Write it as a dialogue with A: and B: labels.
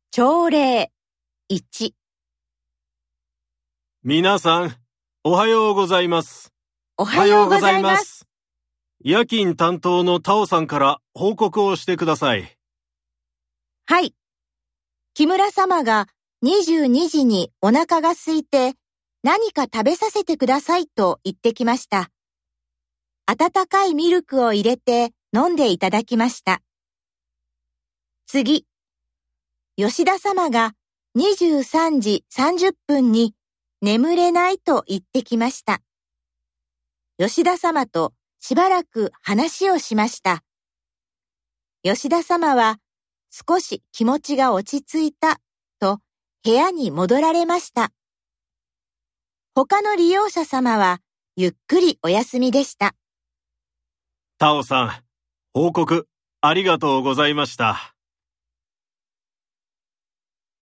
A: 朝礼1。
B: 皆さん、おはようございます。
A: おはようございます。
B: 夜勤担当のタオさんから報告をしてください。
A: はい。木村様が22時にお腹が空いて何か食べさせてくださいと言ってきました。温かいミルクを入れて飲んでいただきました。次。吉田様が23時30分に眠れないと言ってきました。吉田様としばらく話をしました。吉田様は少し気持ちが落ち着いたと部屋に戻られました。他の利用者様はゆっくりお休みでした。
B: タオさん、報告ありがとうございました。